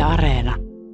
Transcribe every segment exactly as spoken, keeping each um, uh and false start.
Areena.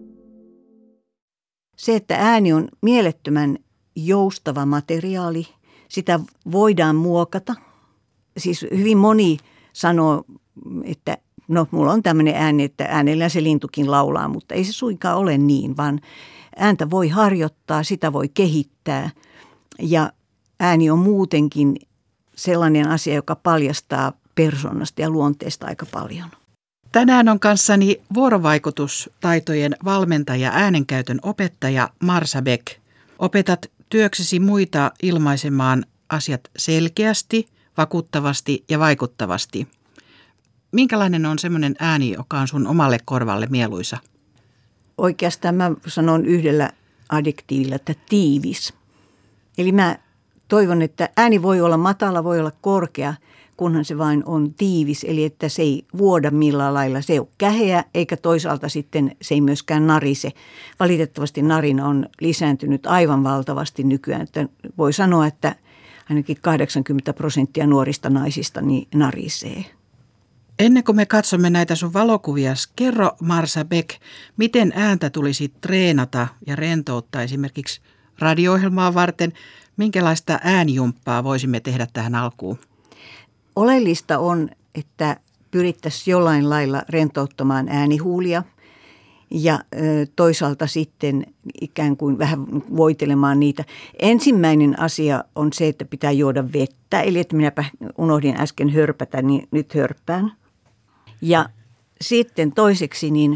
Se, että ääni on mielettömän joustava materiaali, sitä voidaan muokata. Siis hyvin moni sanoo, että no mulla on tämmöinen ääni, että äänellä se lintukin laulaa, mutta ei se suinkaan ole niin, vaan ääntä voi harjoittaa, sitä voi kehittää ja ääni on muutenkin sellainen asia, joka paljastaa persoonasta ja luonteesta aika paljon. Tänään on kanssani vuorovaikutustaitojen valmentaja, äänenkäytön opettaja Marsa Beck. Opetat työksesi muita ilmaisemaan asiat selkeästi, vakuuttavasti ja vaikuttavasti. Minkälainen on semmoinen ääni, joka on sun omalle korvalle mieluisa? Oikeastaan mä sanon yhdellä adjektiivilla, että tiivis. Eli mä toivon, että ääni voi olla matala, voi olla korkea, kunhan se vain on tiivis. Eli että se ei vuoda millään lailla, se ei ole käheä eikä toisaalta sitten se ei myöskään narise. Valitettavasti narina on lisääntynyt aivan valtavasti nykyään. Että voi sanoa, että ainakin kahdeksankymmentä prosenttia nuorista naisista niin narisee. Ennen kuin me katsomme näitä sun valokuvia, kerro Marsa Beck, miten ääntä tulisi treenata ja rentouttaa esimerkiksi radio-ohjelmaa varten. Minkälaista äänijumppaa voisimme tehdä tähän alkuun? Oleellista on, että pyrittäisiin jollain lailla rentouttamaan äänihuulia ja toisaalta sitten ikään kuin vähän voitelemaan niitä. Ensimmäinen asia on se, että pitää juoda vettä, eli että minäpä unohdin äsken hörpätä, niin nyt hörppään. Ja sitten toiseksi niin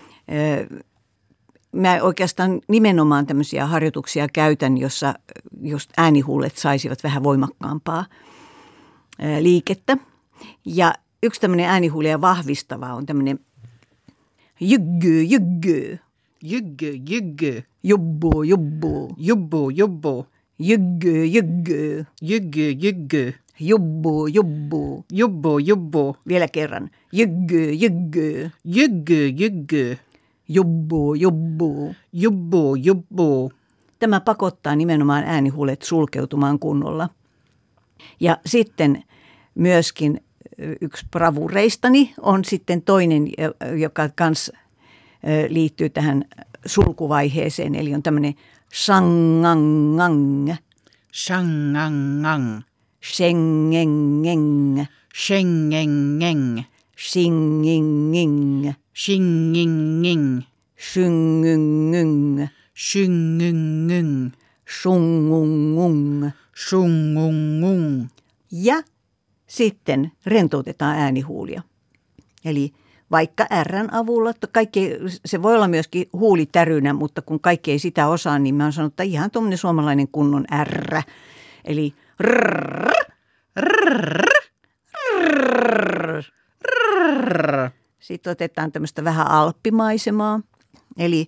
mä oikeastaan nimenomaan tämmöisiä harjoituksia käytän, jossa just äänihuulet saisivat vähän voimakkaampaa liikettä. Ja yksi tämmöinen äänihuulia vahvistava on tämmöinen jyggy, jyggy. Jyggy, jyggy. Jubbu, jubbu. Jubbu, jubbu. Jyggy, jyggy. Jyggy, jyggy. Jubbu, jubbu. Jubbu, jubbu. Vielä kerran. Jyggy, jyggy. Jyggy, jyggy. Jubbu, jubbu. Jubbu, jubbu. Tämä pakottaa nimenomaan äänihuulet sulkeutumaan kunnolla. Ja sitten myöskin yksi bravureistani on sitten toinen, joka kans liittyy tähän sulkuvaiheeseen. Eli on tämmöinen sangangang. Sangangang. Shengengeng. Shengengeng. Singinging. Shinginging. Syngyngyng. Syngyngyng. Sungungung. Sungungung. Ja sitten rentoutetaan äänihuulia. Eli vaikka R:n avulla, kaikki, se voi olla myöskin huulitärynä, mutta kun kaikki ei sitä osaa, niin mä oon sanonut, että ihan tuommoinen suomalainen kunnon R. Eli rrrr, rrrr, rrrr, rrrr. Sitten otetaan tämmöistä vähän alppimaisemaa. Eli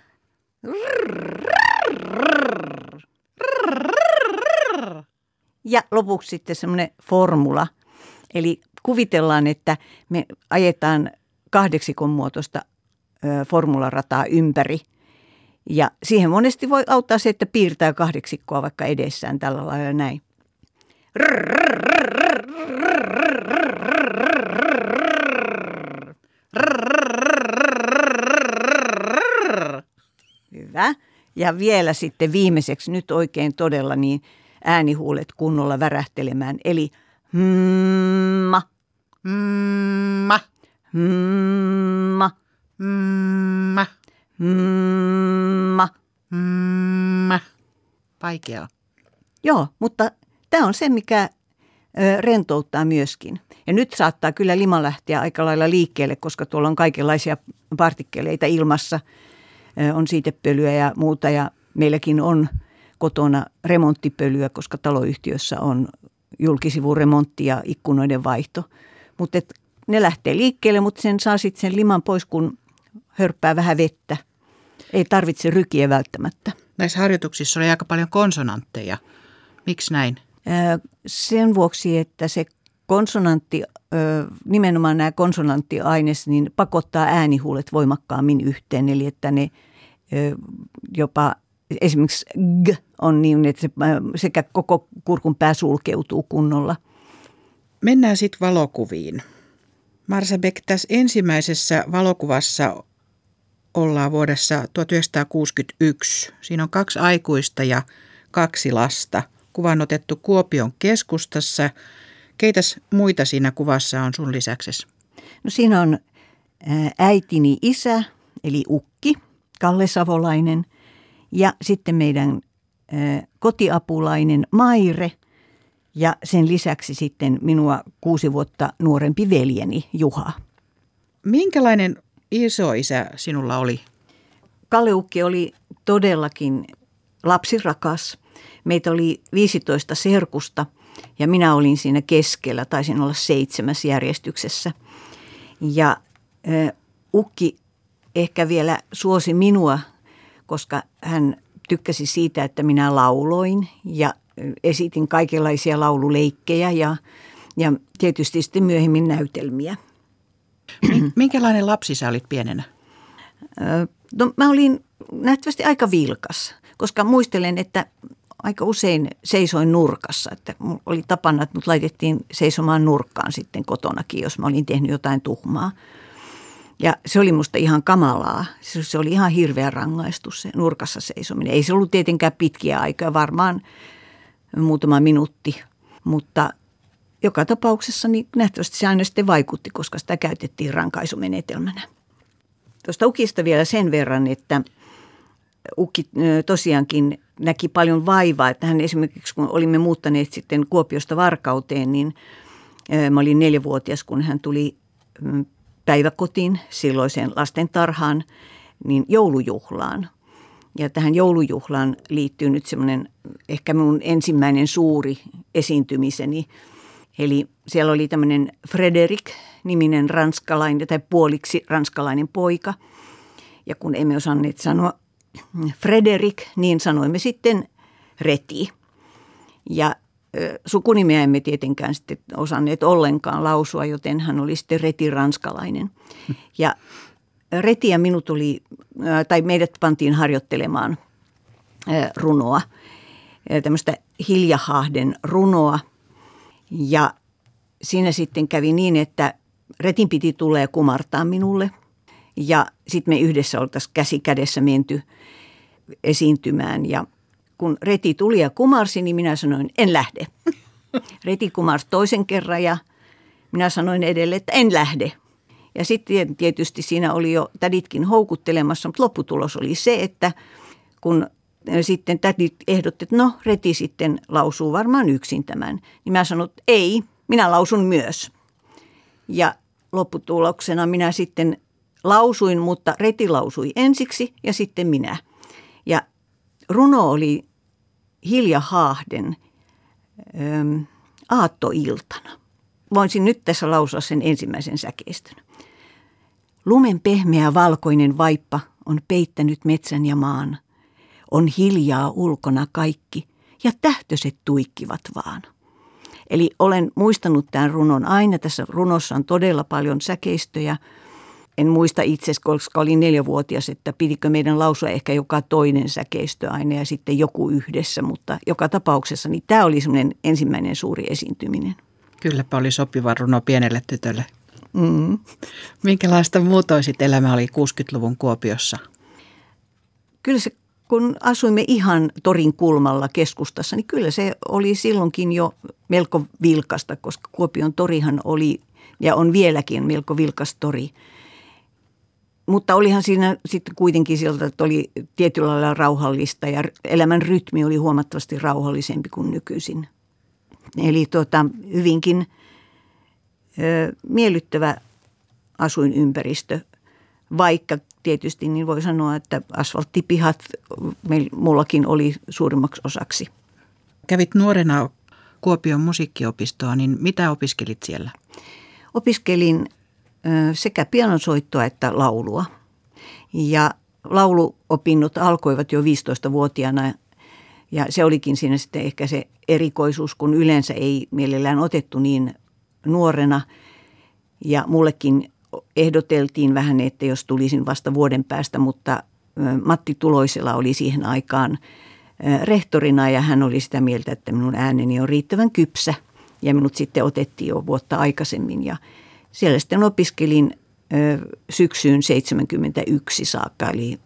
ja lopuksi sitten semmoinen formula. Eli kuvitellaan, että me ajetaan kahdeksikon muotoista formularataa ympäri. Ja siihen monesti voi auttaa se, että piirtää kahdeksikkoa vaikka edessään tällä lailla näin. Hyvä. Ja vielä sitten viimeiseksi nyt oikein todella niin äänihuulet kunnolla värähtelemään. Eli hmma, Mma. hmma, Mma. hmma. Mma. Vaikeaa. Joo, mutta tämä on se, mikä ö, rentouttaa myöskin. Ja nyt saattaa kyllä lima lähteä aika lailla liikkeelle, koska tuolla on kaikenlaisia partikkeleita ilmassa. Ö, on siitepölyä ja muuta ja meilläkin on kotona remonttipölyä, koska taloyhtiössä on julkisivuremontti ja ikkunoiden vaihto. Mutta ne lähtee liikkeelle, mutta sen saa sitten sen liman pois, kun hörppää vähän vettä. Ei tarvitse rykiä välttämättä. Näissä harjoituksissa oli aika paljon konsonantteja. Miksi näin? Sen vuoksi, että se konsonantti, nimenomaan nämä konsonanttiaines, niin pakottaa äänihuulet voimakkaammin yhteen. Eli että ne jopa esimerkiksi g on niin, että se, sekä koko kurkun pää sulkeutuu kunnolla. Mennään sitten valokuviin. Marsa Beck, tässä ensimmäisessä valokuvassa ollaan vuodessa tuhatyhdeksänsataakuusikymmentäyksi. Siinä on kaksi aikuista ja kaksi lasta. Kuva on otettu Kuopion keskustassa. Keitäs muita siinä kuvassa on sun lisäksesi? No siinä on äitini isä, eli ukki, Kalle Savolainen, ja sitten meidän kotiapulainen Maire, ja sen lisäksi sitten minua kuusi vuotta nuorempi veljeni Juha. Minkälainen isoisä sinulla oli? Kalle Ukki oli todellakin lapsirakas. Meitä oli viisitoista serkusta ja minä olin siinä keskellä, taisin olla seitsemäs järjestyksessä. Ja ö, Ukki ehkä vielä suosi minua, koska hän tykkäsi siitä, että minä lauloin ja esitin kaikenlaisia laululeikkejä ja, ja tietysti sitten myöhemmin näytelmiä. Minkälainen lapsi sä olit pienenä? No, mä olin nähtävästi aika vilkas, koska muistelen, että aika usein seisoin nurkassa. Että oli tapana, että mut laitettiin seisomaan nurkkaan sitten kotonakin, jos mä olin tehnyt jotain tuhmaa. Ja se oli musta ihan kamalaa. Se oli ihan hirveä rangaistus se nurkassa seisominen. Ei se ollut tietenkään pitkiä aikaa, varmaan muutama minuutti, mutta joka tapauksessa niin nähtävästi se aina sitten vaikutti, koska sitä käytettiin rankaisumenetelmänä. Tuosta Ukista vielä sen verran, että Ukki tosiaankin näki paljon vaivaa, että hän esimerkiksi kun olimme muuttaneet sitten Kuopiosta Varkauteen, niin mä olin neljävuotias, kun hän tuli päiväkotiin, silloiseen lastentarhaan, niin joulujuhlaan. Ja tähän joulujuhlaan liittyy nyt semmoinen ehkä minun ensimmäinen suuri esiintymiseni. Eli siellä oli tämmöinen Frederik-niminen ranskalainen tai puoliksi ranskalainen poika. Ja kun emme osanneet sanoa Frederik, niin sanoimme sitten Reti. Ja ö, sukunimeä emme tietenkään sitten osanneet ollenkaan lausua, joten hän oli sitten Reti ranskalainen. Ja Reti ja minut oli, tai meidät pantiin harjoittelemaan runoa, tämmöistä Hiljahahden runoa. Ja siinä sitten kävi niin, että Retin piti tulla ja kumartaa minulle. Ja sitten me yhdessä oltaisiin käsi kädessä menty esiintymään. Ja kun Reti tuli ja kumarsi, niin minä sanoin, en lähde. Reti kumarsi toisen kerran ja minä sanoin edelleen, että en lähde. Ja sitten tietysti siinä oli jo täditkin houkuttelemassa, mutta lopputulos oli se, että kun sitten tädit ehdotti, että no Reti sitten lausuu varmaan yksin tämän. Niin mä sanoin, että ei, minä lausun myös. Ja lopputuloksena minä sitten lausuin, mutta Reti lausui ensiksi ja sitten minä. Ja runo oli Hiljahahden äm, aattoiltana. Voisin nyt tässä lausua sen ensimmäisen säkeistön. Lumen pehmeä valkoinen vaippa on peittänyt metsän ja maan. On hiljaa ulkona kaikki ja tähtöset tuikkivat vaan. Eli olen muistanut tämän runon aina. Tässä runossa on todella paljon säkeistöjä. En muista itse, koska olin neljävuotias, että pitikö meidän lausua ehkä joka toinen säkeistö aina ja sitten joku yhdessä. Mutta joka tapauksessa niin tämä oli semmoinen ensimmäinen suuri esiintyminen. Kylläpä oli sopiva runo pienelle tytölle. Mm. Minkälaista muutoisit elämä oli kuusikymmentäluvun Kuopiossa? Kyllä se, kun asuimme ihan torin kulmalla keskustassa, niin kyllä se oli silloinkin jo melko vilkasta, koska Kuopion torihan oli ja on vieläkin melko vilkas tori. Mutta olihan siinä sitten kuitenkin sieltä, että oli tietyllä lailla rauhallista ja elämän rytmi oli huomattavasti rauhallisempi kuin nykyisin. Eli tuota, hyvinkin ö, miellyttävä asuinympäristö, vaikka tietysti niin voi sanoa, että asfalttipihat meil, mullakin oli suurimmaksi osaksi. Kävit nuorena Kuopion musiikkiopistoa, niin mitä opiskelit siellä? Opiskelin ö, sekä pianonsoittoa että laulua. Ja lauluopinnot alkoivat jo viisitoistavuotiaana. Ja se olikin siinä sitten ehkä se erikoisuus, kun yleensä ei mielellään otettu niin nuorena. Ja mullekin ehdoteltiin vähän, että jos tulisin vasta vuoden päästä, mutta Matti Tuloisela oli siihen aikaan rehtorina ja hän oli sitä mieltä, että minun ääneni on riittävän kypsä. Ja minut sitten otettiin jo vuotta aikaisemmin ja siellä sitten opiskelin syksyyn seitsemänkymmentäyksi saakka, eli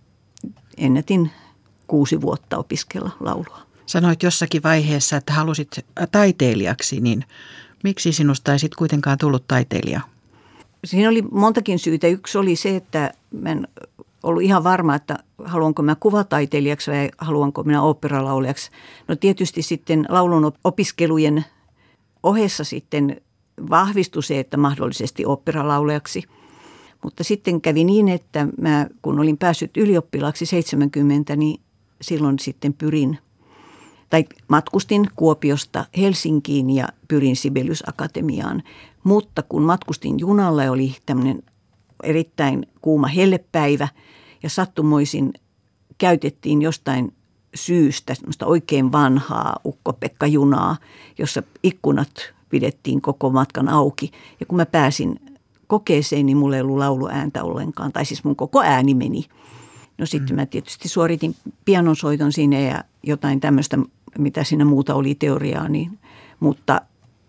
ennätin kuusi vuotta opiskella laulua. Sanoit jossakin vaiheessa, että halusit taiteilijaksi, niin miksi sinusta ei sitten kuitenkaan tullut taiteilija? Siinä oli montakin syytä. Yksi oli se, että mä en ollut ihan varma, että haluanko mä kuvataiteilijaksi vai haluanko minä oopperalaulajaksi. No tietysti sitten laulun opiskelujen ohessa sitten vahvistui se, että mahdollisesti oopperalaulajaksi. Mutta sitten kävi niin, että mä kun olin päässyt ylioppilaaksi seitsemänkymmentä, niin silloin sitten pyrin, tai matkustin Kuopiosta Helsinkiin ja pyrin Sibelius Akatemiaan. Mutta kun matkustin junalla ja oli tämmöinen erittäin kuuma hellepäivä ja sattumoisin käytettiin jostain syystä semmoista oikein vanhaa Ukko-Pekka-junaa, jossa ikkunat pidettiin koko matkan auki. Ja kun mä pääsin kokeeseen, niin mulla ei ollut lauluääntä ollenkaan, tai siis mun koko ääni meni. No sitten mä tietysti suoritin pianonsoiton siinä ja jotain tämmöistä, mitä siinä muuta oli teoriaa, niin, mutta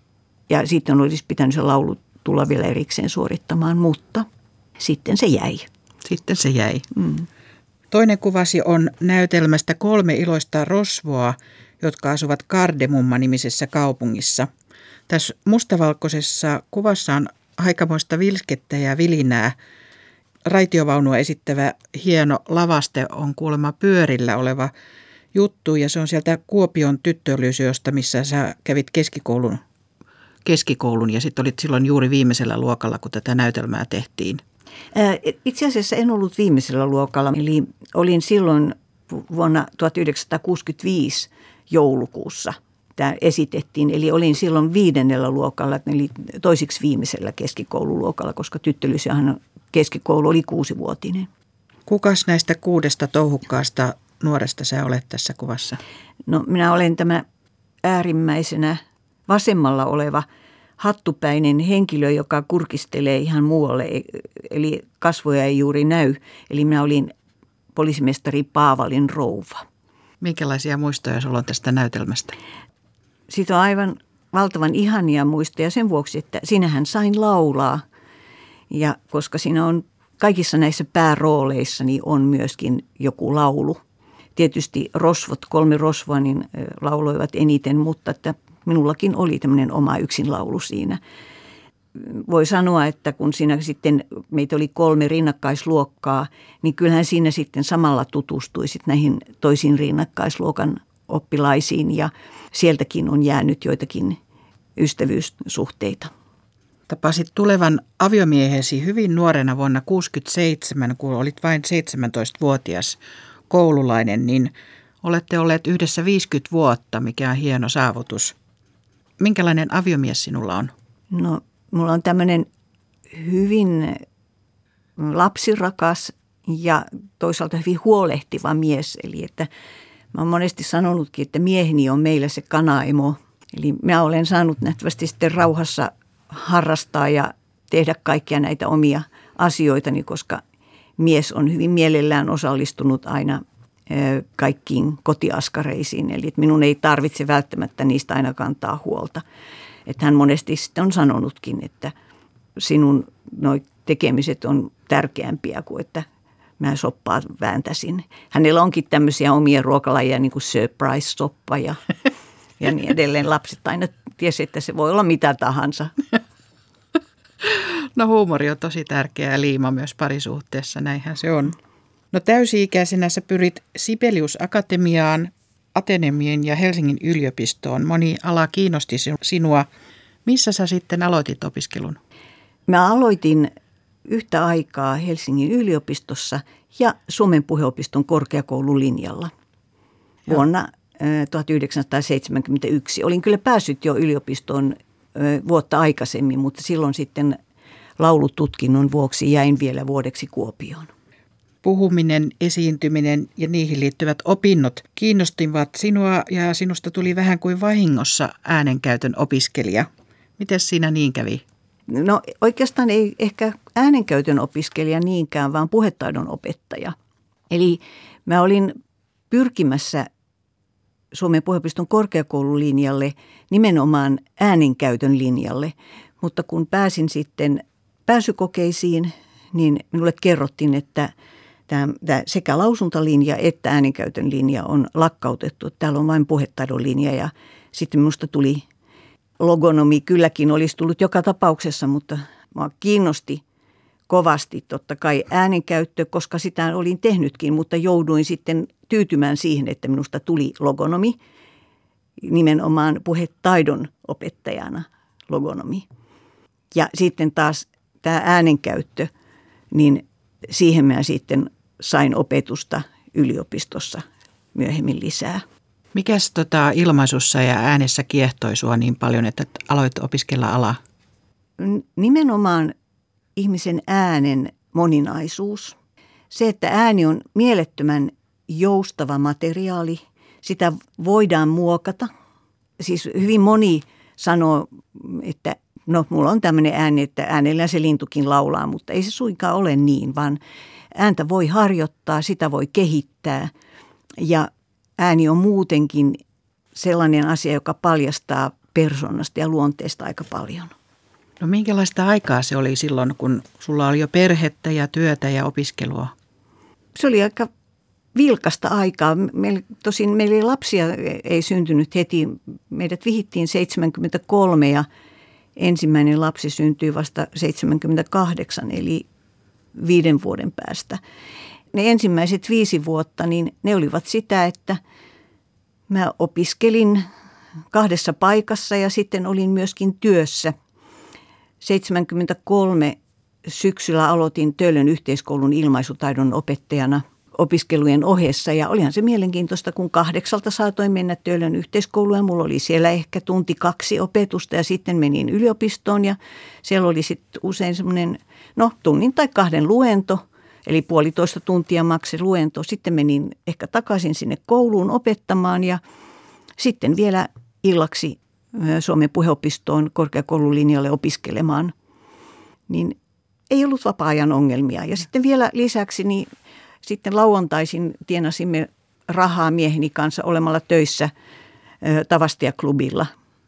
ja sitten olisi pitänyt se laulu tulla vielä erikseen suorittamaan, mutta sitten se jäi. Sitten se jäi. Mm. Toinen kuvasi on näytelmästä Kolme iloista rosvoa, jotka asuvat Kardemumma-nimisessä kaupungissa. Tässä mustavalkoisessa kuvassa on aikamoista vilskettä ja vilinää. Raitiovaunua esittävä hieno lavaste on kuulemma pyörillä oleva juttu ja se on sieltä Kuopion tyttölyseosta, missä sä kävit keskikoulun, keskikoulun ja sitten olit silloin juuri viimeisellä luokalla, kun tätä näytelmää tehtiin. Itse asiassa en ollut viimeisellä luokalla, eli olin silloin vuonna tuhatyhdeksänsataakuusikymmentäviisi joulukuussa. Tämä esitettiin, eli olin silloin viidennellä luokalla, eli toisiksi viimeisellä keskikoululuokalla, koska tyttölyseohan keskikoulu oli kuusivuotinen. Kukas näistä kuudesta touhukkaasta nuoresta sä olet tässä kuvassa? No minä olen tämä äärimmäisenä vasemmalla oleva hattupäinen henkilö, joka kurkistelee ihan muualle, eli kasvoja ei juuri näy. Eli minä olin poliisimestari Paavalin rouva. Minkälaisia muistoja sulla on tästä näytelmästä? Siitä on aivan valtavan ihania muistoja sen vuoksi, että siinähän sain laulaa. Ja koska siinä on kaikissa näissä päärooleissa, niin on myöskin joku laulu. Tietysti rosvot, kolme rosvoa, niin lauloivat eniten, mutta että minullakin oli tämmöinen oma yksin laulu siinä. Voi sanoa, että kun siinä sitten meitä oli kolme rinnakkaisluokkaa, niin kyllähän siinä sitten samalla tutustuisit näihin toisiin rinnakkaisluokan oppilaisiin ja sieltäkin on jäänyt joitakin ystävyyssuhteita. Tapasit tulevan aviomiehesi hyvin nuorena vuonna tuhatyhdeksänsataakuusikymmentäseitsemän, kun olit vain seitsemäntoistavuotias koululainen, niin olette olleet yhdessä viisikymmentä vuotta, mikä on hieno saavutus. Minkälainen aviomies sinulla on? No, mulla on tämmöinen hyvin lapsirakas ja toisaalta hyvin huolehtiva mies. Eli että mä oon monesti sanonutkin, että mieheni on meillä se kanaemo. Eli mä olen saanut nähtävästi sitten rauhassa harrastaa ja tehdä kaikkia näitä omia asioitani, koska mies on hyvin mielellään osallistunut aina kaikkiin kotiaskareisiin. Eli että minun ei tarvitse välttämättä niistä aina kantaa huolta. Että hän monesti sitten on sanonutkin, että sinun noi tekemiset on tärkeämpiä kuin että mä soppaa vääntäisin. Hänellä onkin tämmöisiä omia ruokalajeja, niin kuin surprise-soppa ja, ja niin edelleen. Lapset aina tiesi, että se voi olla mitä tahansa. No huumori on tosi tärkeä liima myös parisuhteessa, näinhän se on. No täysi-ikäisenä sä pyrit Sibelius Akatemiaan, Atenemiin ja Helsingin yliopistoon. Moni ala kiinnosti sinua. Missä sä sitten aloitit opiskelun? Mä aloitin yhtä aikaa Helsingin yliopistossa ja Suomen puheopiston korkeakoululinjalla vuonna tuhatyhdeksänsataaseitsemänkymmentäyksi. Olin kyllä päässyt jo yliopistoon vuotta aikaisemmin, mutta silloin sitten laulututkinnon vuoksi jäin vielä vuodeksi Kuopioon. Puhuminen, esiintyminen ja niihin liittyvät opinnot kiinnostivat sinua ja sinusta tuli vähän kuin vahingossa äänenkäytön opiskelija. Miten siinä niin kävi? No oikeastaan ei ehkä äänenkäytön opiskelija niinkään, vaan puhetaidon opettaja. Eli mä olin pyrkimässä Suomen puheopiston korkeakoululinjalle, nimenomaan äänenkäytön linjalle, mutta kun pääsin sitten pääsykokeisiin, niin minulle kerrottiin, että tämä, tämä sekä lausuntalinja että äänenkäytön linja on lakkautettu. Täällä on vain puhetaidon linja ja sitten minusta tuli logonomi. Kylläkin olisi tullut joka tapauksessa, mutta minua kiinnosti kovasti totta kai äänenkäyttö, koska sitä olin tehnytkin, mutta jouduin sitten tyytymään siihen, että minusta tuli logonomi, nimenomaan puhetaidon opettajana logonomi. Ja sitten taas tämä äänenkäyttö, niin siihen mä sitten sain opetusta yliopistossa myöhemmin lisää. Mikäs tota ilmaisussa ja äänessä kiehtoi sua niin paljon, että aloit opiskella alaa? Nimenomaan ihmisen äänen moninaisuus. Se, että ääni on mielettömän joustava materiaali, sitä voidaan muokata. Siis hyvin moni sanoo, että no mulla on tämmöinen ääni, että äänellä se lintukin laulaa, mutta ei se suinkaan ole niin, vaan ääntä voi harjoittaa, sitä voi kehittää ja ääni on muutenkin sellainen asia, joka paljastaa persoonasta ja luonteesta aika paljon. No minkälaista aikaa se oli silloin, kun sulla oli jo perhettä ja työtä ja opiskelua? Se oli aika vilkasta aikaa. Meillä, tosin meillä lapsia ei syntynyt heti. Meidät vihittiin seitsemänkymmentäkolme ja ensimmäinen lapsi syntyi vasta seitsemänkymmentäkahdeksan, eli viiden vuoden päästä. Ne ensimmäiset viisi vuotta, niin ne olivat sitä, että mä opiskelin kahdessa paikassa ja sitten olin myöskin työssä. seitsemänkymmentäkolme syksyllä aloitin Töölön yhteiskoulun ilmaisutaidon opettajana opiskelujen ohessa ja olihan se mielenkiintoista, kun kahdeksalta saatoin mennä Töölön yhteiskouluun ja mulla oli siellä ehkä tunti kaksi opetusta ja sitten menin yliopistoon ja siellä oli sitten usein semmoinen no tunnin tai kahden luento, eli puolitoista tuntia maksi luento. Sitten menin ehkä takaisin sinne kouluun opettamaan ja sitten vielä illaksi Suomen puheopistoon korkeakoululinjalle opiskelemaan, niin ei ollut vapaa-ajan ongelmia. Ja sitten vielä lisäksi niin sitten lauantaisin tienasimme rahaa mieheni kanssa olemalla töissä Tavastia-klubilla,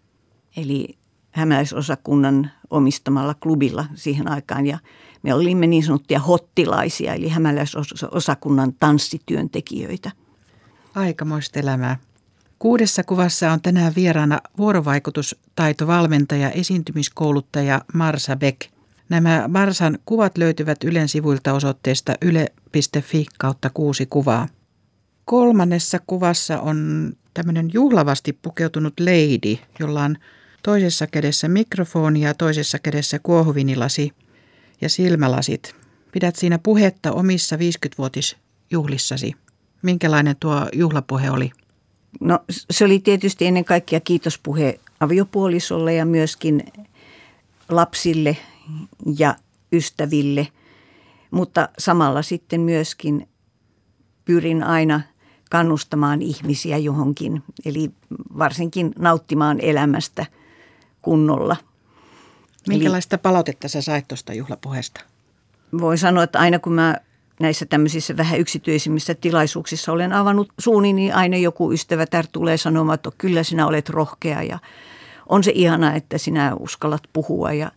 eli hämäläisosakunnan omistamalla klubilla siihen aikaan. Ja me olimme niin sanottuja hottilaisia, eli hämäläisosakunnan tanssityöntekijöitä. Aikamoista elämää. Kuudessa kuvassa on tänään vieraana vuorovaikutustaitovalmentaja, esiintymiskouluttaja Marsa Beck. Nämä Marsan kuvat löytyvät Ylen sivuilta osoitteesta yle piste fi kautta kuusi kuvaa. Kolmannessa kuvassa on tämmöinen juhlavasti pukeutunut lady, jolla on toisessa kädessä mikrofoni ja toisessa kädessä kuohuvinilasi ja silmälasit. Pidät siinä puhetta omissa viisikymmenvuotisjuhlissasi. Minkälainen tuo juhlapuhe oli? No se oli tietysti ennen kaikkea kiitospuhe aviopuolisolle ja myöskin lapsille ja ystäville, mutta samalla sitten myöskin pyrin aina kannustamaan ihmisiä johonkin, eli varsinkin nauttimaan elämästä kunnolla. Minkälaista eli, palautetta sä sait tuosta juhlapuheesta? Voin sanoa, että aina kun mä näissä tämmöisissä vähän yksityisimmissä tilaisuuksissa olen avannut suuni, niin aina joku ystävätär tulee sanomaan, että kyllä sinä olet rohkea ja on se ihana, että sinä uskallat puhua. Ja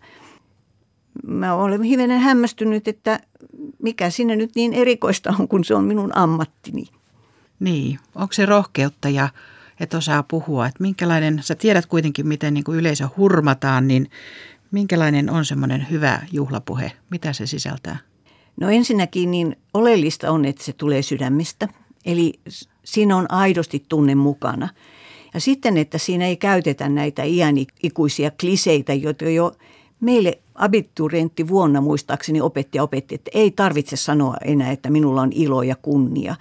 mä olen hivenen hämmästynyt, että mikä siinä nyt niin erikoista on, kun se on minun ammattini. Niin, onko se rohkeutta ja että osaa puhua? Että minkälainen, sä tiedät kuitenkin, miten niin kuin yleisö hurmataan, niin minkälainen on semmoinen hyvä juhlapuhe? Mitä se sisältää? No ensinnäkin niin oleellista on, että se tulee sydämestä, eli siinä on aidosti tunne mukana. Ja sitten, että siinä ei käytetä näitä iänikuisia kliseitä, joita jo meille abiturientti vuonna muistaakseni opettaja opetti, että ei tarvitse sanoa enää, että minulla on ilo ja kunnia.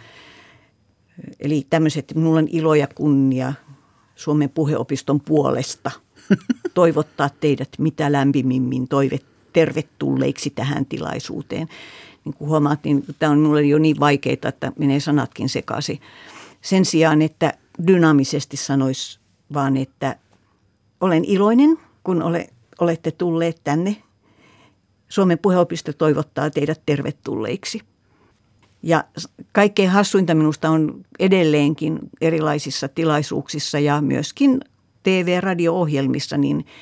Eli tämmöiset, että minulla on ilo ja kunnia Suomen puheopiston puolesta toivottaa teidät mitä lämpimimmin toivet. Tervetulleiksi tähän tilaisuuteen. Niin kuin huomaat, niin tämä on minulle jo niin vaikeaa, että menee sanatkin sekaisin. Sen sijaan, että dynaamisesti sanoisi vaan, että olen iloinen, kun ole, olette tulleet tänne. Suomen puheopisto toivottaa teidät tervetulleiksi. Ja kaikkein hassuinta minusta on edelleenkin erilaisissa tilaisuuksissa ja myöskin T V-radio-ohjelmissa, niin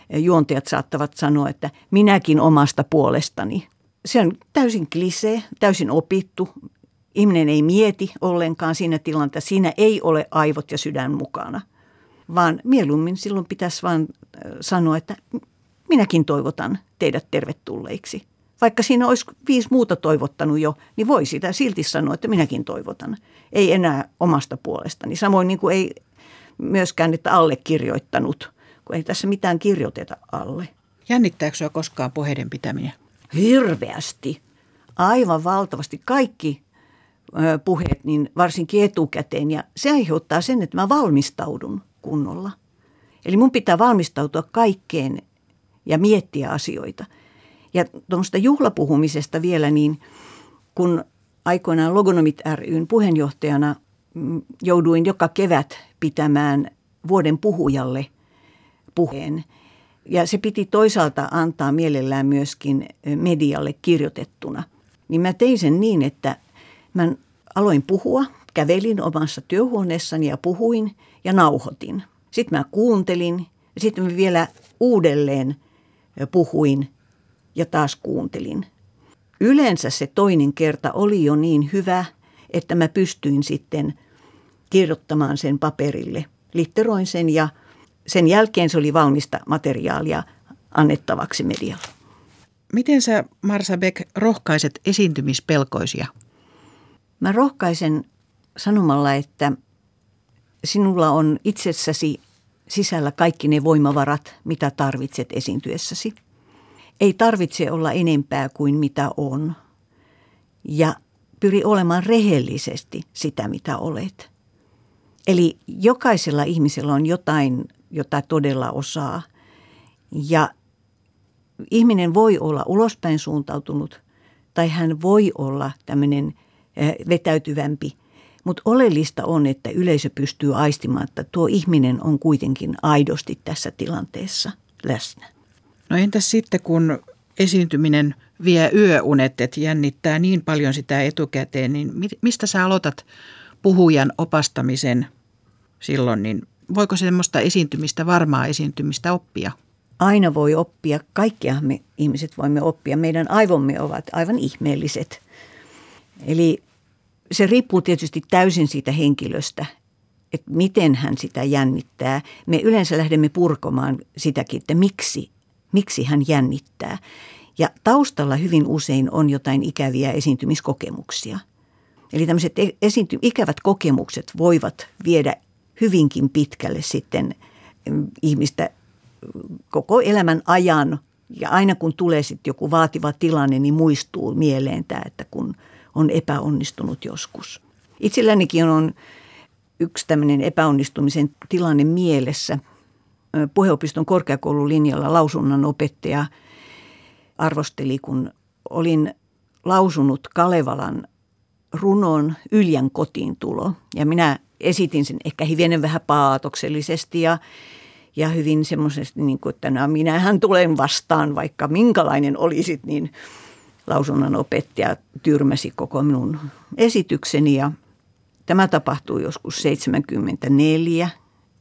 juontajat saattavat sanoa, että minäkin omasta puolestani. Se on täysin klisee, täysin opittu. Ihminen ei mieti ollenkaan siinä tilanteessa. Siinä ei ole aivot ja sydän mukana, vaan mieluummin silloin pitäisi vaan sanoa, että minäkin toivotan teidät tervetulleiksi. Vaikka siinä olisi viisi muuta toivottanut jo, niin voi sitä silti sanoa, että minäkin toivotan. Ei enää omasta puolestani. Samoin niin kuin ei myöskään, että allekirjoittanut, kun ei tässä mitään kirjoiteta alle. Jännittääkö sinua koskaan puheiden pitäminen? Hirveästi. Aivan valtavasti. Kaikki ö, puheet, niin varsinkin etukäteen. Ja se aiheuttaa sen, että mä valmistaudun kunnolla. Eli mun pitää valmistautua kaikkeen ja miettiä asioita. Ja tuommoista juhlapuhumisesta vielä, niin kun aikoinaan Logonomit ry:n puheenjohtajana jouduin joka kevät pitämään vuoden puhujalle puheen. Ja se piti toisaalta antaa mielellään myöskin medialle kirjoitettuna. Niin mä tein sen niin, että mä aloin puhua, kävelin omassa työhuoneessani ja puhuin ja nauhoitin. Sitten mä kuuntelin ja sitten mä vielä uudelleen puhuin ja taas kuuntelin. Yleensä se toinen kerta oli jo niin hyvä, että mä pystyin sitten kirjoittamaan sen paperille. Litteroin sen ja sen jälkeen se oli valmista materiaalia annettavaksi medialle. Miten sä, Marsa Beck, rohkaiset esiintymispelkoisia? Mä rohkaisen sanomalla, että sinulla on itsessäsi sisällä kaikki ne voimavarat, mitä tarvitset esiintyessäsi. Ei tarvitse olla enempää kuin mitä on. Ja pyri olemaan rehellisesti sitä, mitä olet. Eli jokaisella ihmisellä on jotain, jota todella osaa. Ja ihminen voi olla ulospäin suuntautunut tai hän voi olla tämmöinen vetäytyvämpi. Mutta oleellista on, että yleisö pystyy aistimaan, että tuo ihminen on kuitenkin aidosti tässä tilanteessa läsnä. No entäs sitten, kun esiintyminen vie yöunet, että jännittää niin paljon sitä etukäteen, niin mistä sä aloitat puhujan opastamisen silloin, niin voiko semmoista esiintymistä, varmaa esiintymistä oppia? Aina voi oppia. Kaikkia me ihmiset voimme oppia. Meidän aivomme ovat aivan ihmeelliset. Eli se riippuu tietysti täysin siitä henkilöstä, että miten hän sitä jännittää. Me yleensä lähdemme purkomaan sitäkin, että miksi, miksi hän jännittää. Ja taustalla hyvin usein on jotain ikäviä esiintymiskokemuksia. Eli tämmöiset esiinty- ikävät kokemukset voivat viedä hyvinkin pitkälle sitten ihmistä koko elämän ajan. Ja aina kun tulee sitten joku vaativa tilanne, niin muistuu mieleen tämä, että kun on epäonnistunut joskus. Itsellänikin on yksi tämmöinen epäonnistumisen tilanne mielessä. Puheopiston korkeakoulun linjalla lausunnan opettaja arvosteli, kun olin lausunut Kalevalan runon Yljän kotiin tulo. Ja minä esitin sen ehkä hivenen vähän paatoksellisesti ja, ja hyvin semmoisesti, niin kuin, että no, minähän tulen vastaan, vaikka minkälainen olisit, niin lausunnan opettaja tyrmäsi koko minun esitykseni. Ja tämä tapahtui joskus seitsemänkymmentäneljä,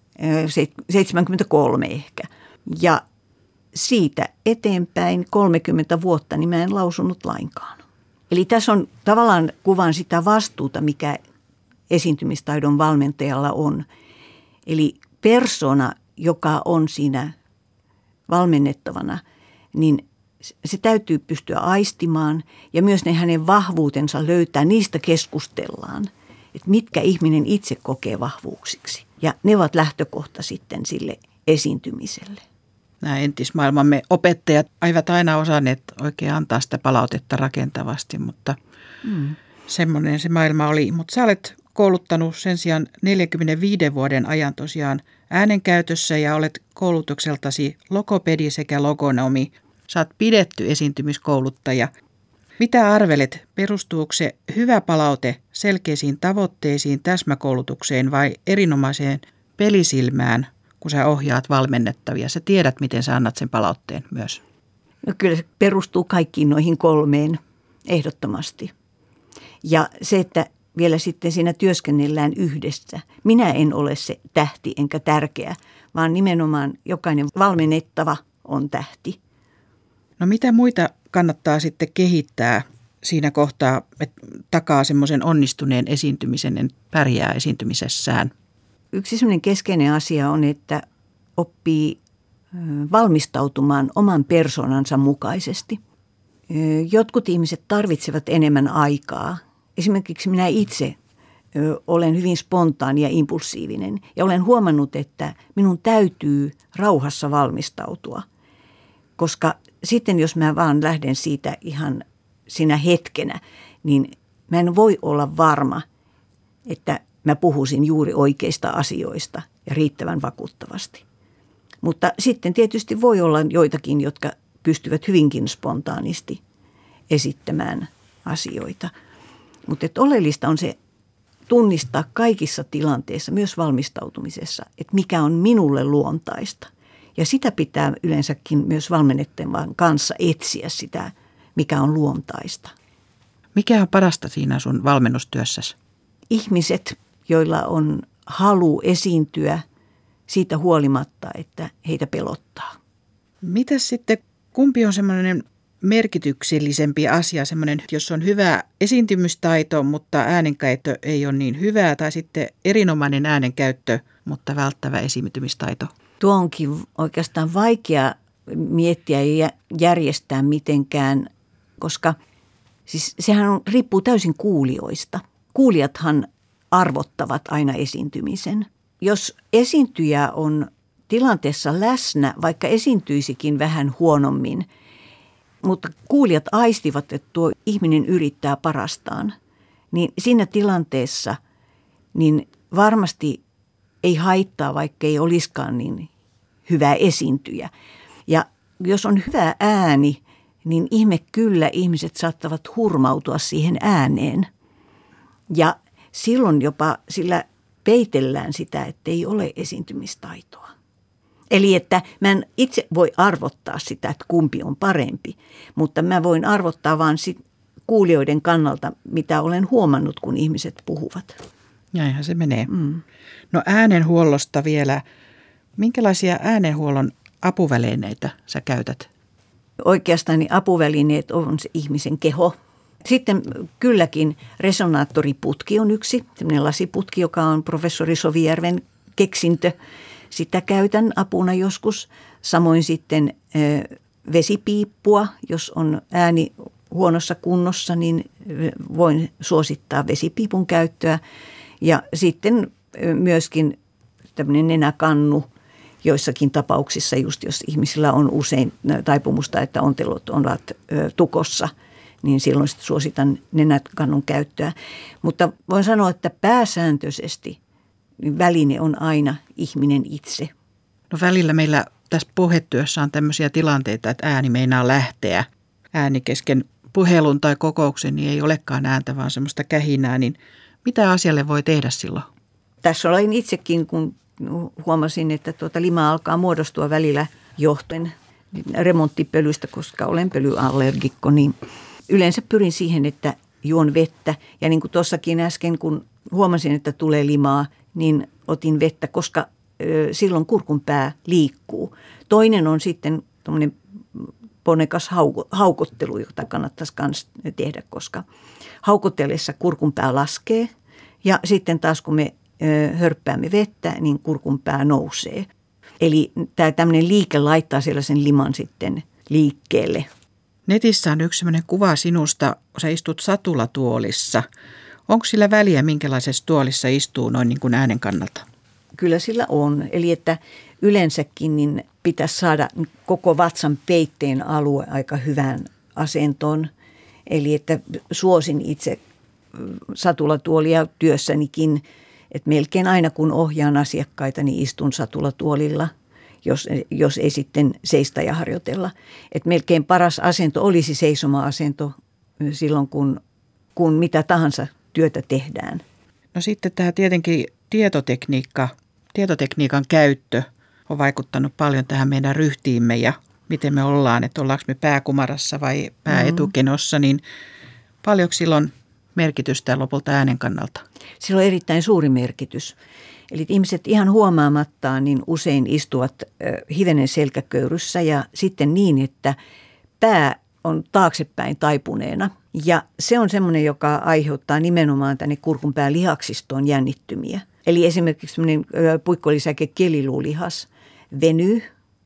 seitsemänkymmentäkolme ehkä. Ja siitä eteenpäin kolmekymmentä vuotta niin mä en lausunut lainkaan. Eli tässä on tavallaan kuvan sitä vastuuta, mikä esiintymistaidon valmentajalla on. Eli persona, joka on siinä valmennettavana, niin se täytyy pystyä aistimaan ja myös ne hänen vahvuutensa löytää, niistä keskustellaan, että mitkä ihminen itse kokee vahvuuksiksi. Ja ne ovat lähtökohta sitten sille esiintymiselle. Nämä entismaailmamme opettajat eivät aina osanneet oikein antaa sitä palautetta rakentavasti, mutta mm. semmoinen se maailma oli. Mutta sä olet kouluttanut sen sijaan neljänkymmenenviiden vuoden ajan tosiaan äänenkäytössä ja olet koulutukseltasi logopedi sekä logonomi. Sä oot pidetty esiintymiskouluttaja. Mitä arvelet, perustuuko se hyvä palaute selkeisiin tavoitteisiin, täsmäkoulutukseen vai erinomaiseen pelisilmään, kun sä ohjaat valmennettavia? Sä tiedät, miten sä annat sen palautteen myös. No kyllä se perustuu kaikkiin noihin kolmeen ehdottomasti. Ja se, että vielä sitten siinä työskennellään yhdessä. Minä en ole se tähti enkä tärkeä, vaan nimenomaan jokainen valmennettava on tähti. No mitä muita kannattaa sitten kehittää siinä kohtaa, että takaa semmoisen onnistuneen esiintymisen, että pärjää esiintymisessään? Yksi semmoinen keskeinen asia on, että oppii valmistautumaan oman persoonansa mukaisesti. Jotkut ihmiset tarvitsevat enemmän aikaa. Esimerkiksi minä itse olen hyvin spontaani ja impulsiivinen ja olen huomannut, että minun täytyy rauhassa valmistautua, koska sitten jos mä vaan lähden siitä ihan siinä hetkenä, niin mä en voi olla varma, että mä puhuisin juuri oikeista asioista ja riittävän vakuuttavasti. Mutta sitten tietysti voi olla joitakin, jotka pystyvät hyvinkin spontaanisti esittämään asioita. Mutta oleellista on se tunnistaa kaikissa tilanteissa, myös valmistautumisessa, että mikä on minulle luontaista. Ja sitä pitää yleensäkin myös valmennettavan kanssa etsiä sitä, mikä on luontaista. Mikä on parasta siinä sun valmennustyössäsi? Ihmiset, joilla on halu esiintyä siitä huolimatta, että heitä pelottaa. Mitäs sitten, kumpi on semmoinen merkityksellisempi asia, semmoinen, jos on hyvä esiintymistaito, mutta äänenkäyttö ei ole niin hyvää, tai sitten erinomainen äänenkäyttö, mutta välttävä esiintymistaito? Tuo onkin oikeastaan vaikea miettiä ja järjestää mitenkään, koska siis sehän on, riippuu täysin kuulijoista. Kuulijathan arvottavat aina esiintymisen. Jos esiintyjä on tilanteessa läsnä, vaikka esiintyisikin vähän huonommin, mutta kuulijat aistivat, että tuo ihminen yrittää parastaan, niin siinä tilanteessa niin varmasti ei haittaa, vaikka ei olisikaan niin hyvä esiintyjä. Ja jos on hyvä ääni, niin ihme kyllä ihmiset saattavat hurmautua siihen ääneen. Ja silloin jopa sillä peitellään sitä, että ei ole esiintymistaitoa. Eli että mä en itse voi arvottaa sitä, että kumpi on parempi, mutta mä voin arvottaa vaan sit kuulijoiden kannalta, mitä olen huomannut, kun ihmiset puhuvat. Näinhän se menee. Mm. No äänenhuollosta vielä. Minkälaisia äänenhuollon apuvälineitä sä käytät? Oikeastaan niin apuvälineet on se ihmisen keho. Sitten kylläkin resonaattoriputki on yksi, sellainen lasiputki, joka on professori Sovijärven keksintö. Sitä käytän apuna joskus. Samoin sitten ö, vesipiippua, jos on ääni huonossa kunnossa, niin voin suosittaa vesipiipun käyttöä. Ja sitten ö, myöskin tämmöinen nenäkannu joissakin tapauksissa, just jos ihmisillä on usein taipumusta, että ontelot ovat ö, tukossa, niin silloin sitten suositan nenäkannun käyttöä. Mutta voin sanoa, että pääsääntöisesti niin väline on aina ihminen itse. No välillä meillä tässä puhetyössä on tämmöisiä tilanteita, että ääni meinaa lähteä. Ääni kesken puhelun tai kokouksen niin ei olekaan ääntä, vaan semmoista kähinää. Niin mitä asialle voi tehdä silloin? Tässä olin itsekin, kun huomasin, että tuota lima alkaa muodostua välillä johtuen remonttipölystä, koska olen pölyallergikko, niin yleensä pyrin siihen, että juon vettä. Ja niin kuin tuossakin äsken, kun huomasin, että tulee limaa, niin otin vettä, koska ö, silloin kurkun pää liikkuu. Toinen on sitten tuommoinen ponekas hauko, haukottelu, jota kannattaisi myös tehdä, koska haukotellessa kurkun pää laskee. Ja sitten taas kun me ö, hörppäämme vettä, niin kurkun pää nousee. Eli tämä tämmöinen liike laittaa sellaisen liman sitten liikkeelle. Netissä on yksi sellainen kuva sinusta, sä istut satulatuolissa. Onko sillä väliä, minkälaisessa tuolissa istuu noin niin kuin äänen kannalta? Kyllä sillä on. Eli että yleensäkin niin pitäisi saada koko vatsan peitteen alue aika hyvään asentoon. Eli että suosin itse satulatuolia työssänikin, että melkein aina kun ohjaan asiakkaita, niin istun satulatuolilla, jos, jos ei sitten seistä ja harjoitella. Että melkein paras asento olisi seisoma-asento silloin, kun, kun mitä tahansa työtä tehdään. No sitten tämä tietenkin tietotekniikka, tietotekniikan käyttö on vaikuttanut paljon tähän meidän ryhtiimme ja miten me ollaan, että ollaanko me pääkumarassa vai pääetukenossa, niin paljonko silloin merkitystä lopulta äänen kannalta? Sillä on erittäin suuri merkitys. Eli ihmiset ihan huomaamattaan niin usein istuvat hivenen selkäköyryssä ja sitten niin, että pää on taaksepäin taipuneena. Ja se on semmoinen, joka aiheuttaa nimenomaan tänne kurkunpään lihaksistoon jännittymiä. Eli esimerkiksi semmoinen puikkolisäke keliluulihas venyy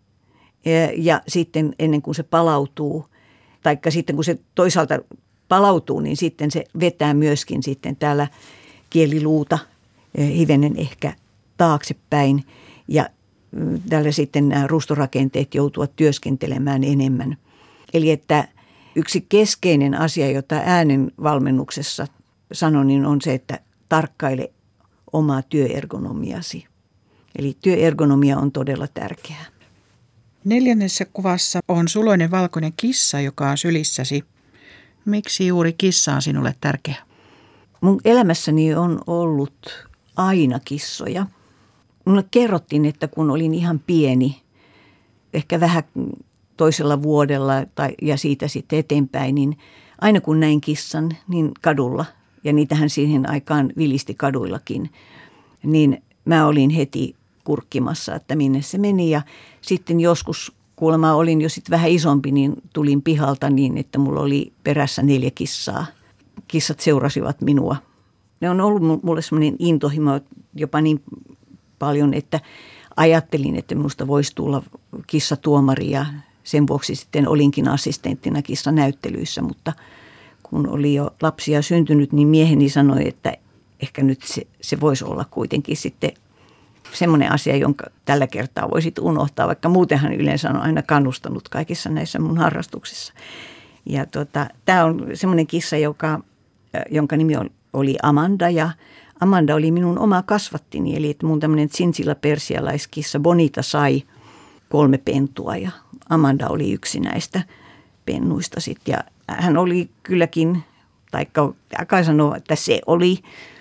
ja, ja sitten ennen kuin se palautuu, taikka sitten kun se toisaalta palautuu, niin sitten se vetää myöskin sitten täällä kieliluuta hivenen ehkä taaksepäin ja täällä sitten nämä rustorakenteet joutuvat työskentelemään enemmän. Eli että yksi keskeinen asia, jota äänen valmennuksessa sanon, niin on se, että tarkkaile omaa työergonomiasi. Eli työergonomia on todella tärkeää. Neljännessä kuvassa on suloinen valkoinen kissa, joka on sylissäsi. Miksi juuri kissa on sinulle tärkeä? Mun elämässäni on ollut aina kissoja. Mulle kerrottiin, että kun olin ihan pieni, ehkä vähän toisella vuodella tai, ja siitä sitten eteenpäin, niin aina kun näin kissan niin kadulla, ja niitähän siihen aikaan vilisti kaduillakin, niin mä olin heti kurkkimassa, että minne se meni. Ja sitten joskus kuulemma olin jo sitten vähän isompi, niin tulin pihalta niin, että mulla oli perässä neljä kissaa. Kissat seurasivat minua. Ne on ollut mulle semmoinen intohimo jopa niin paljon, että ajattelin, että minusta voisi tulla kissatuomari ja sen vuoksi sitten olinkin assistenttina kissanäyttelyissä, mutta kun oli jo lapsia syntynyt, niin mieheni sanoi, että ehkä nyt se, se voisi olla kuitenkin sitten semmoinen asia, jonka tällä kertaa voisit unohtaa, vaikka muutenhan yleensä on aina kannustanut kaikissa näissä mun harrastuksissa. Ja tota, tämä on semmoinen kissa, joka, jonka nimi oli Amanda ja Amanda oli minun oma kasvattini, eli että mun tämmöinen tsintsilla-persialaiskissa Bonita sai kolme pentua ja Amanda oli yksi näistä pennuista sitten. Ja hän oli kylläkin, taikka kai sanoo, että se oli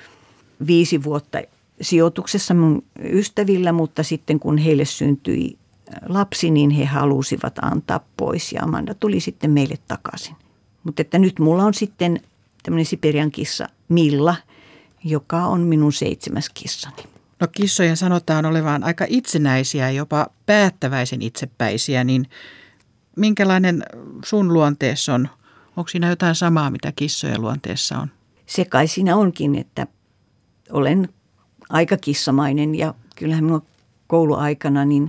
viisi vuotta sijoituksessa mun ystävillä, mutta sitten kun heille syntyi lapsi, niin he halusivat antaa pois ja Amanda tuli sitten meille takaisin. Mutta että nyt mulla on sitten tämmöinen Siperian kissa Milla, joka on minun seitsemäs kissani. No kissojen sanotaan olevan aika itsenäisiä, jopa päättäväisen itsepäisiä, niin minkälainen sun luonteessa on? Onko siinä jotain samaa, mitä kissojen luonteessa on? Se kai siinä onkin, että olen aika kissamainen ja kyllähän minun kouluaikana niin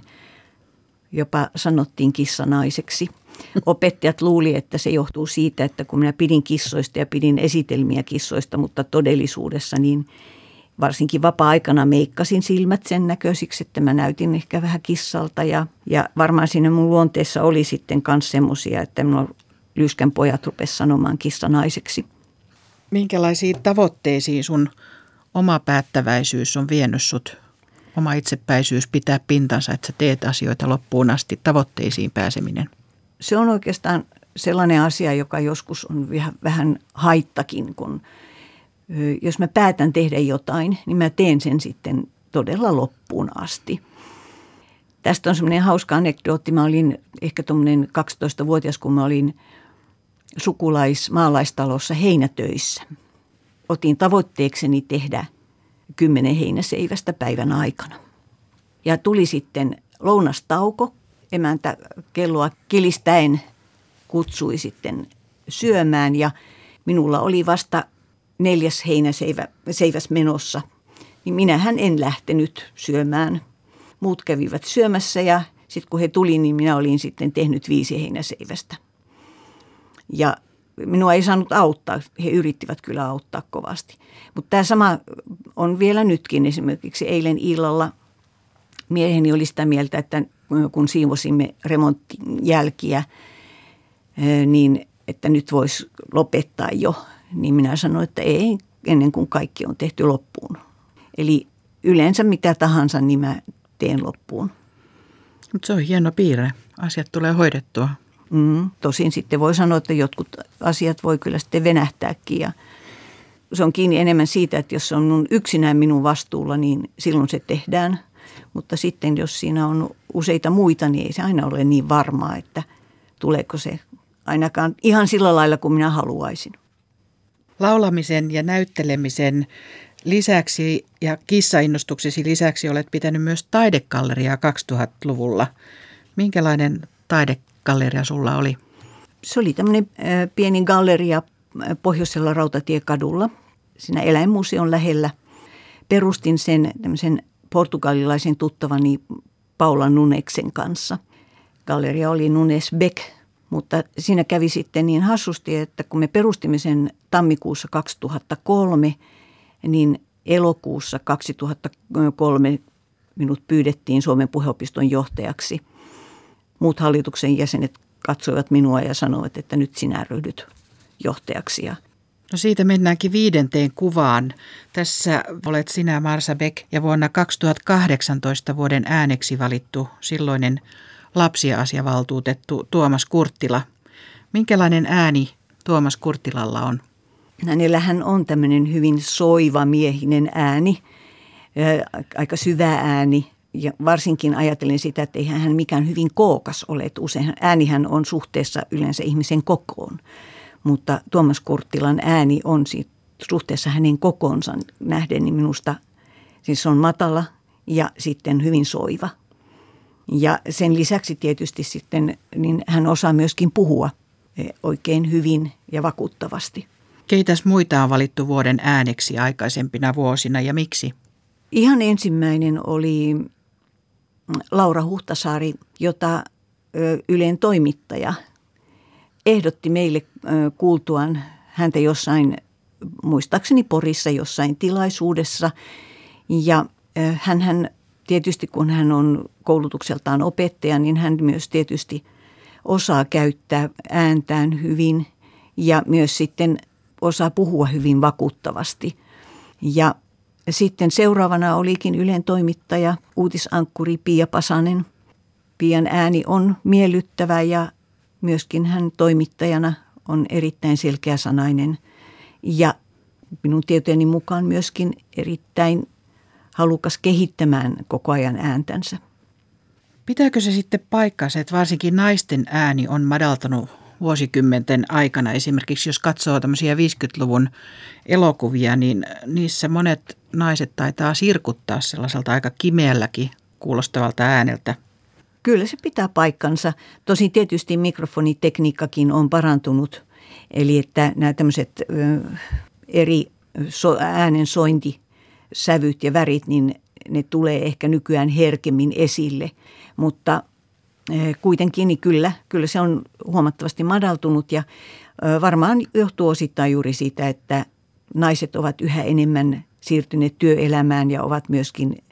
jopa sanottiin kissanaiseksi. Opettajat luuli, että se johtuu siitä, että kun minä pidin kissoista ja pidin esitelmiä kissoista, mutta todellisuudessa niin varsinkin vapaa-aikana meikkasin silmät sen näköisiksi, että mä näytin ehkä vähän kissalta ja, ja varmaan siinä mun luonteessa oli sitten myös semmoisia, että minua Lyskän pojat rupesivat sanomaan kissanaiseksi. Minkälaisiin tavoitteisiin sun oma päättäväisyys on vienyt sut? Oma itsepäisyys pitää pintansa, että sä teet asioita loppuun asti, tavoitteisiin pääseminen. Se on oikeastaan sellainen asia, joka joskus on vähän haittakin, kun jos mä päätän tehdä jotain, niin mä teen sen sitten todella loppuun asti. Tästä on semmoinen hauska anekdootti. Mä olin ehkä tuommoinen kaksitoistavuotias, kun mä olin sukulais-maalaistalossa heinätöissä. Otin tavoitteekseni tehdä kymmenen heinäseivästä päivän aikana. Ja tuli sitten lounastauko. Emäntä kelloa kilistäen kutsui sitten syömään ja minulla oli vasta neljäs heinäseiväs menossa. Niin minähän en lähtenyt syömään. Muut kävivät syömässä ja sitten kun he tuli, niin minä olin sitten tehnyt viisi heinäseivästä. Ja minua ei saanut auttaa. He yrittivät kyllä auttaa kovasti. Mutta tämä sama on vielä nytkin. Esimerkiksi eilen illalla mieheni oli sitä mieltä, että kun siivosimme remontin jälkiä, niin että nyt voisi lopettaa jo. Niin minä sanoin, että ei, ennen kuin kaikki on tehty loppuun. Eli yleensä mitä tahansa, niin mä teen loppuun. Mutta se on hieno piirre. Asiat tulee hoidettua. Mm, tosin sitten voi sanoa, että jotkut asiat voi kyllä sitten venähtääkin. Ja se on kiinni enemmän siitä, että jos se on minun yksinään minun vastuulla, niin silloin se tehdään. Mutta sitten jos siinä on useita muita, niin ei se aina ole niin varmaa, että tuleeko se ainakaan ihan sillä lailla kuin minä haluaisin. Laulamisen ja näyttelemisen lisäksi ja kissainnostuksesi lisäksi olet pitänyt myös taidegalleriaa kaksituhattaluvulla. Minkälainen taidegalleria sulla oli? Se oli tämmöinen pieni galleria Pohjoisella Rautatiekadulla, siinä eläinmuseon lähellä. Perustin sen tämmöisen portugalilaisen tuttavani Paula Nuneksen kanssa. Galleria oli Nunes Beck, mutta siinä kävi sitten niin hassusti, että kun me perustimme sen tammikuussa kaksituhattakolme, niin elokuussa kaksituhattakolme minut pyydettiin Suomen puheopiston johtajaksi. Muut hallituksen jäsenet katsoivat minua ja sanoivat, että nyt sinä ryhdyt johtajaksi. No siitä mennäänkin viidenteen kuvaan. Tässä olet sinä, Marsa Beck, ja vuonna kaksituhattakahdeksantoista vuoden ääneksi valittu silloinen lapsiasiavaltuutettu Tuomas Kurttila. Minkälainen ääni Tuomas Kurttilalla on? Hänellähän on tämmöinen hyvin soiva miehinen ääni, aika syvä ääni. Ja varsinkin ajattelin sitä, että eihän hän mikään hyvin kookas ole. Että usein äänihän on suhteessa yleensä ihmisen kokoon. Mutta Tuomas Kurttilan ääni on suhteessa hänen kokoonsa nähden, niin minusta siis se on matala ja sitten hyvin soiva. Ja sen lisäksi tietysti sitten niin hän osaa myöskin puhua oikein hyvin ja vakuuttavasti. Keitäs muita on valittu vuoden ääneksi aikaisempina vuosina ja miksi? Ihan ensimmäinen oli Laura Huhtasaari, jota Ylen toimittaja ehdotti meille kuultuaan häntä jossain, muistaakseni Porissa jossain tilaisuudessa. Ja hän tietysti, kun hän on koulutukseltaan opettaja, niin hän myös tietysti osaa käyttää ääntään hyvin ja myös sitten osaa puhua hyvin vakuuttavasti. Ja sitten seuraavana olikin Ylen toimittaja, uutisankkuri Pia Pasanen. Pian ääni on miellyttävä ja myöskin hän toimittajana on erittäin selkeäsanainen ja minun tietojeni mukaan myöskin erittäin halukas kehittämään koko ajan ääntänsä. Pitääkö se sitten paikkansa, että varsinkin naisten ääni on madaltanut vuosikymmenten aikana? Esimerkiksi jos katsoo tämmöisiä viisikymmentäluvun elokuvia, niin niissä monet naiset taitaa sirkuttaa sellaiselta aika kimeälläkin kuulostavalta ääneltä. Kyllä se pitää paikkansa. Tosin tietysti mikrofonitekniikkakin on parantunut. Eli että nämä tämmöiset eri äänensointisävyt ja värit, niin ne tulee ehkä nykyään herkemmin esille. Mutta kuitenkin niin kyllä, kyllä se on huomattavasti madaltunut ja varmaan johtuu osittain juuri siitä, että naiset ovat yhä enemmän siirtyneet työelämään ja ovat myöskin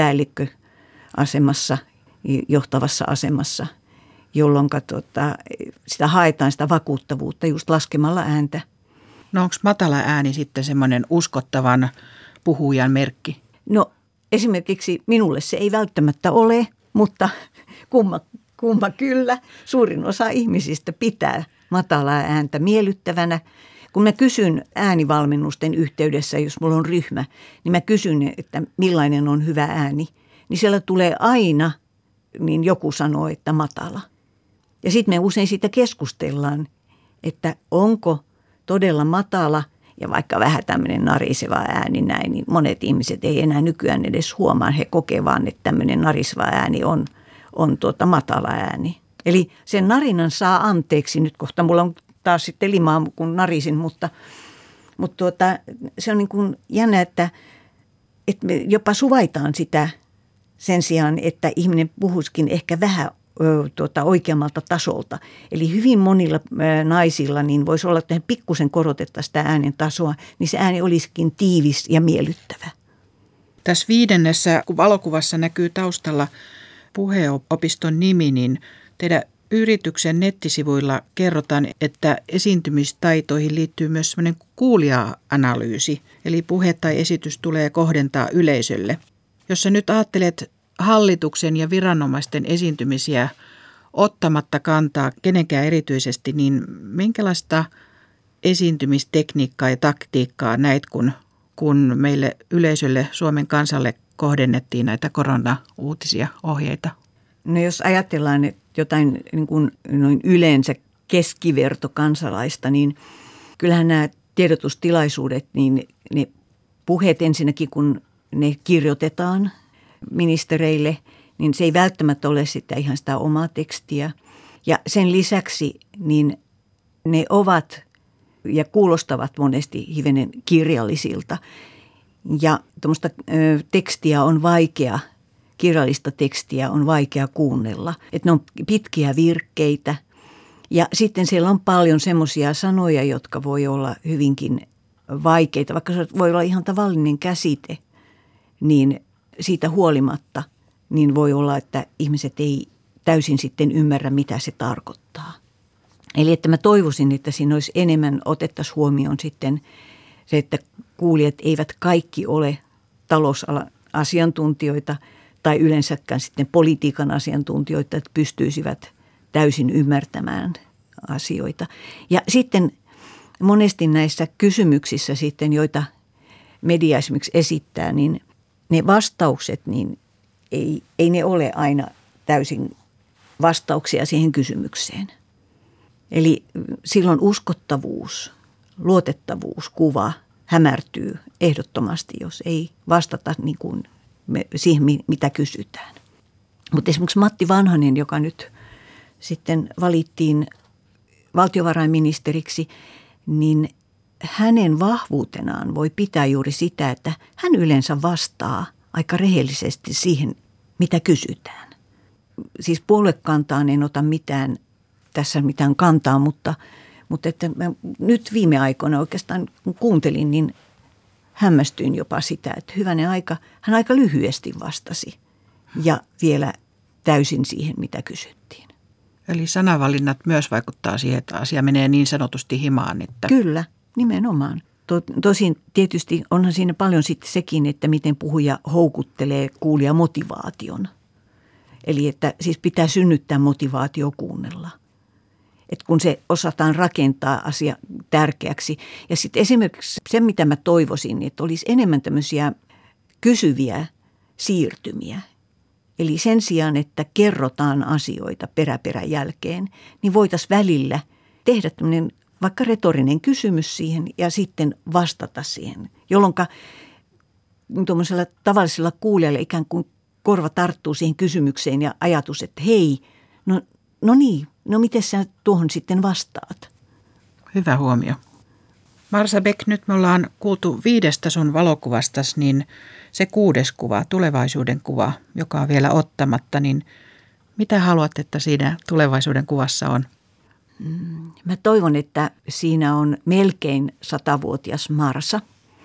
päällikköasemassa, johtavassa asemassa, jolloin tota, sitä haetaan sitä vakuuttavuutta just laskemalla ääntä. No onko matala ääni sitten semmoinen uskottavan puhujan merkki? No esimerkiksi minulle se ei välttämättä ole, mutta kumma, kumma kyllä. Suurin osa ihmisistä pitää matalaa ääntä miellyttävänä. Kun mä kysyn äänivalmennusten yhteydessä, jos mulla on ryhmä, niin mä kysyn, että millainen on hyvä ääni. Niin siellä tulee aina, niin joku sanoo, että matala. Ja sitten me usein siitä keskustellaan, että onko todella matala ja vaikka vähän tämmöinen nariseva ääni näin, niin monet ihmiset ei enää nykyään edes huomaa. He kokevat, että tämmöinen nariseva ääni on, on tuota matala ääni. Eli sen narinan saa anteeksi. Nyt kohta mulla on taas sitten limaa, kun narisin, mutta, mutta tuota, se on niin kuin jännä, että, että me jopa suvaitaan sitä sen sijaan, että ihminen puhuisikin ehkä vähän ö, tuota, oikeammalta tasolta. Eli hyvin monilla ö, naisilla niin voisi olla, että pikkusen korotettaisiin sitä äänen tasoa, niin se ääni olisikin tiivis ja miellyttävä. Tässä viidennessä valokuvassa näkyy taustalla puheopiston nimi, niin teidän yrityksen nettisivuilla kerrotaan, että esiintymistaitoihin liittyy myös sellainen kuulija-analyysi, eli puhe tai esitys tulee kohdentaa yleisölle. Jos sä nyt ajattelet hallituksen ja viranomaisten esiintymisiä ottamatta kantaa kenenkään erityisesti, niin minkälaista esiintymistekniikkaa ja taktiikkaa näit, kun, kun meille yleisölle, Suomen kansalle kohdennettiin näitä korona-uutisia, ohjeita? No jos ajatellaan että jotain niin kuin noin yleensä keskivertokansalaista, niin kyllähän nämä tiedotustilaisuudet, niin ne puheet ensinnäkin, kun ne kirjoitetaan ministereille, niin se ei välttämättä ole sitä ihan sitä omaa tekstiä. Ja sen lisäksi niin ne ovat ja kuulostavat monesti hivenen kirjallisilta. Ja tuommoista tekstiä on vaikea, kirjallista tekstiä on vaikea kuunnella. Että ne on pitkiä virkkeitä ja sitten siellä on paljon semmoisia sanoja, jotka voi olla hyvinkin vaikeita. Vaikka se voi olla ihan tavallinen käsite, niin siitä huolimatta niin voi olla, että ihmiset ei täysin sitten ymmärrä, mitä se tarkoittaa. Eli että mä toivoisin, että siinä olisi enemmän otettaisiin huomioon sitten se, että kuulijat eivät kaikki ole talousalan asiantuntijoita tai yleensäkään sitten politiikan asiantuntijoita, että pystyisivät täysin ymmärtämään asioita. Ja sitten monesti näissä kysymyksissä sitten, joita media esimerkiksi esittää, niin ne vastaukset, niin ei, ei ne ole aina täysin vastauksia siihen kysymykseen. Eli silloin uskottavuus, luotettavuus, kuva hämärtyy ehdottomasti, jos ei vastata niin kuin me, siihen, mitä kysytään. Mutta esimerkiksi Matti Vanhanen, joka nyt sitten valittiin valtiovarainministeriksi, niin hänen vahvuutenaan voi pitää juuri sitä, että hän yleensä vastaa aika rehellisesti siihen, mitä kysytään. Siis puoluekantaan en ota mitään, tässä mitään kantaa, mutta, mutta että mä nyt viime aikoina oikeastaan kun kuuntelin, niin hämmästyin jopa sitä, että hyvänen aika, hän aika lyhyesti vastasi ja vielä täysin siihen, mitä kysyttiin. Eli sanavalinnat myös vaikuttaa siihen, että asia menee niin sanotusti himaan. Että... Kyllä, nimenomaan. Tosin tietysti onhan siinä paljon sitten sekin, että miten puhuja houkuttelee kuulija motivaation. Eli että siis pitää synnyttää motivaatio kuunnella. Että kun se osataan rakentaa asia tärkeäksi. Ja sitten esimerkiksi se, mitä mä toivoisin, että olisi enemmän tämmöisiä kysyviä siirtymiä. Eli sen sijaan, että kerrotaan asioita peräperän jälkeen, niin voitaisiin välillä tehdä tämmöinen vaikka retorinen kysymys siihen ja sitten vastata siihen, jolloin tuollaisella tavallisella kuulijalla ikään kuin korva tarttuu siihen kysymykseen ja ajatus, että hei, no, no niin, no miten sä tuohon sitten vastaat? Hyvä huomio. Marsa Beck, nyt me ollaan kuultu viidestä sun valokuvastas, niin se kuudes kuva, tulevaisuuden kuva, joka on vielä ottamatta, niin mitä haluat, että siinä tulevaisuuden kuvassa on? Mä toivon, että siinä on melkein satavuotias Marsa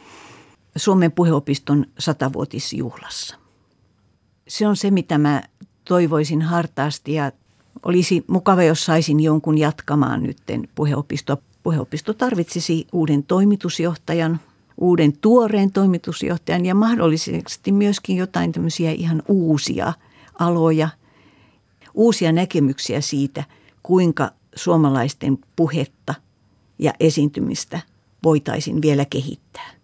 Suomen puheopiston satavuotisjuhlassa. Se on se, mitä mä toivoisin hartaasti ja olisi mukava, jos saisin jonkun jatkamaan nytten puheopistoa. Puheopisto tarvitsisi uuden toimitusjohtajan, uuden tuoreen toimitusjohtajan ja mahdollisesti myöskin jotain tämmöisiä ihan uusia aloja, uusia näkemyksiä siitä, kuinka suomalaisten puhetta ja esiintymistä voitaisiin vielä kehittää.